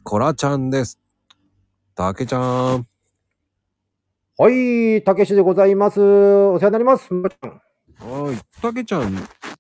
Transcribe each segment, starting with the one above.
コラちゃんです。たけちゃん。 はい、たけしでございます。お世話になります。 はい。たけちゃん、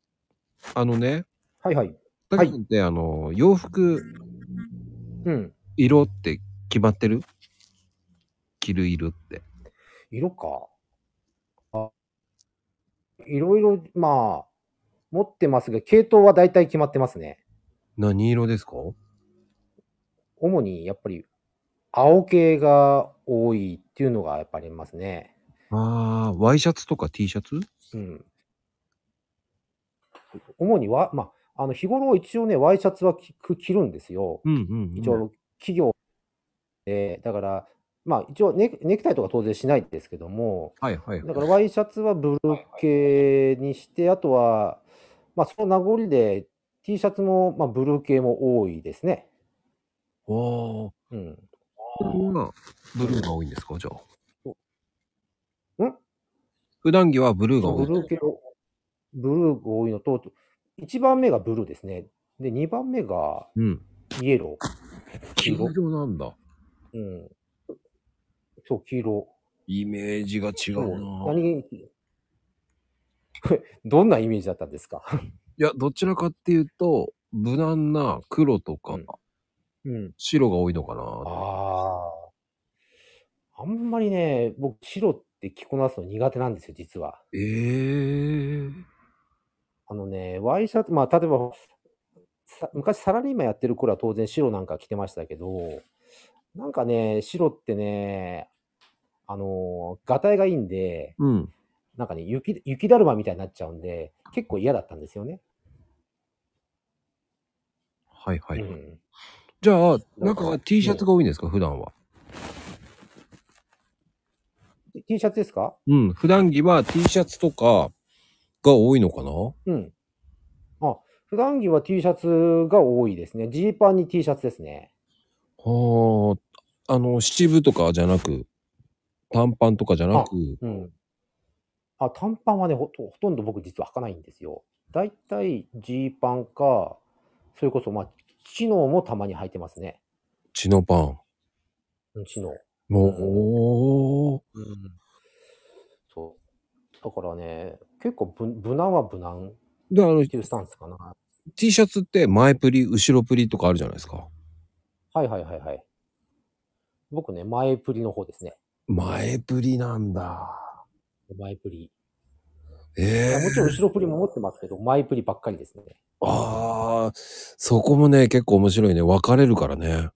はいはい。 たはい。 けちゃんって洋服、 うん。 色って決まってる？着る色って。 色か。あ、いろいろ、まあ、持ってますが、系統は大体決まってますね。 何色ですか？ 主にやっぱり青系が多いっていうのがやっぱりありますね。 ワイシャツとか T シャツ？ うん。主には、日頃一応ね、ワイシャツは着るんですよ。 うんうんうん。 一応、企業で、だから、一応ネクタイとか当然しないですけども、 はいはいはい。 だからワイシャツはブルー系にして、あとは、その名残で T シャツも、ブルー系も多いですね。 おー。 うん。 ブルーが多いんですか、じゃあ。 ん普段着はブルーがそう、 多い。 ブルーが多いのと、1番目がブルーですね。で、2番目がうん。 イエロー、黄黄色。 色なんだ。 うん。そう、黄色。 イメージが違うそう。 な。 どんなイメージだったんですか？ いや、どちらかっていうと、無難な黒とかうん。うん。 白が多いのかな。 ああ。あんまりね、僕、白って着こなすの苦手なんですよ、実は。ワイシャツ、例えば、昔サラリーマンやってる頃は当然白なんか着てましたけど、なんかね、白ってね、がたいがいいんで、 うん。 なんかね、雪だるまみたいになっちゃうんで、結構嫌だったんですよね。 はいはい。 うん。 じゃあ、 だから、 なんか T シャツね、 が多いんですか、普段は。 T シャツですか？ うん。普段着は T シャツとかが多いのかな？ うん。あ、普段着は T シャツが多いですね。ジーパンに T シャツですね。 はあ。七分とかじゃなく、短パンとかじゃなく、 うん。短パンはね、ほとんど僕実は履かないんですよ。だいたいジーパンか、それこそ、チノもたまに履いてますね。 チノパン。 チノ。うん。 おー。 うん。そう。だからね、結構無難は無難っで、 ていうスタンスかな。 T シャツって前プリ、後ろプリとかあるじゃないですか。 はいはいはいはい。僕ね、前プリの方ですね。 前プリなんだ。 前プリ。もちろんええ。 後ろプリも持ってますけど、前プリばっかりですね。 ああ、そこもね、結構面白いね。分かれるからね。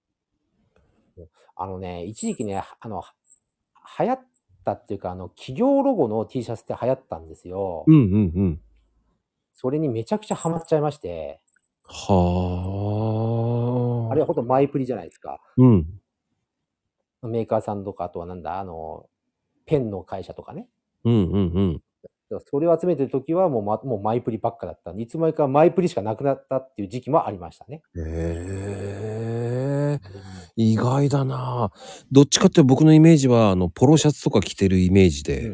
一時期ね、流行ったっていうか、企業ロゴの T シャツって流行ったんですよ。 うんうんうん。 それにめちゃくちゃハマっちゃいまして、 はあれはほんあ。 と前プリじゃないですか。 うん。 メーカーさんとか、あとはなんだ、ペンの会社とかね。 うんうんうん。 だからそれを集めてる時はもうマイプリばっかだったんで、いつの間にかマイプリしかなくなったっていう時期もありましたね。 へえ、 うん。 意外だな。どっちかって僕のイメージは、ポロシャツとか着てるイメージで。 うん。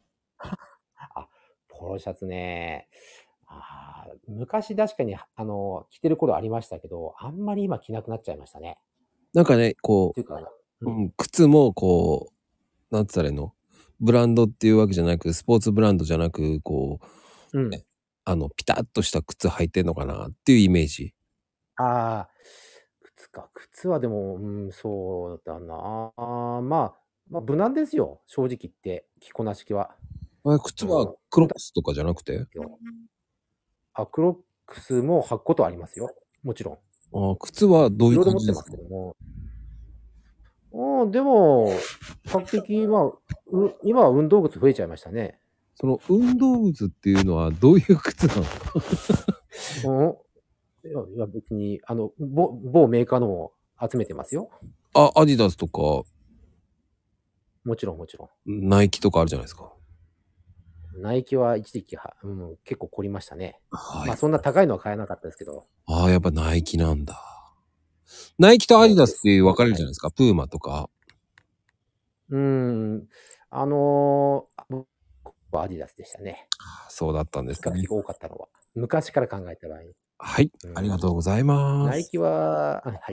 ポロシャツね。昔確かに、着てる頃ありましたけど、あんまり今着なくなっちゃいましたね。 なんかね、こっていうか、 う、うん、靴もこう、なんつったらいいの？ブランドっていうわけじゃなく、スポーツブランドじゃなく、こう、 うん。 ね、ピタッとした靴履いてんのかなっていうイメージ。 ああ、靴か。靴はでも、そうだな。無難ですよ。正直言って、着こなしは。 靴はうん。 クロックスとかじゃなくて？ クロックスも履くことはありますよ。もちろん。 靴はどういういろいろ持ってま感じですか？ すけども。でも、比較的、今は運動靴増えちゃいましたね。 その運動靴っていうのはどういう靴なの？ うん。いや別に、某メーカーのも集めてますよ。 アディダスとか、 もちろんもちろん。 ナイキとかあるじゃないですか。 ナイキは一時期結構凝りましたね。 はい。 そんな高いのは買えなかったですけど。 やっぱナイキなんだ。ナイキとアディダスっナイキです。 て分かれるはい。 じゃないですか。プーマとか。 うーん。僕はアディダスでしたね。 そうだったんですね。 比較的多かったのは。昔から考えた場合。 はい。 うん。 ありがとうございまナイキす。 は、はい。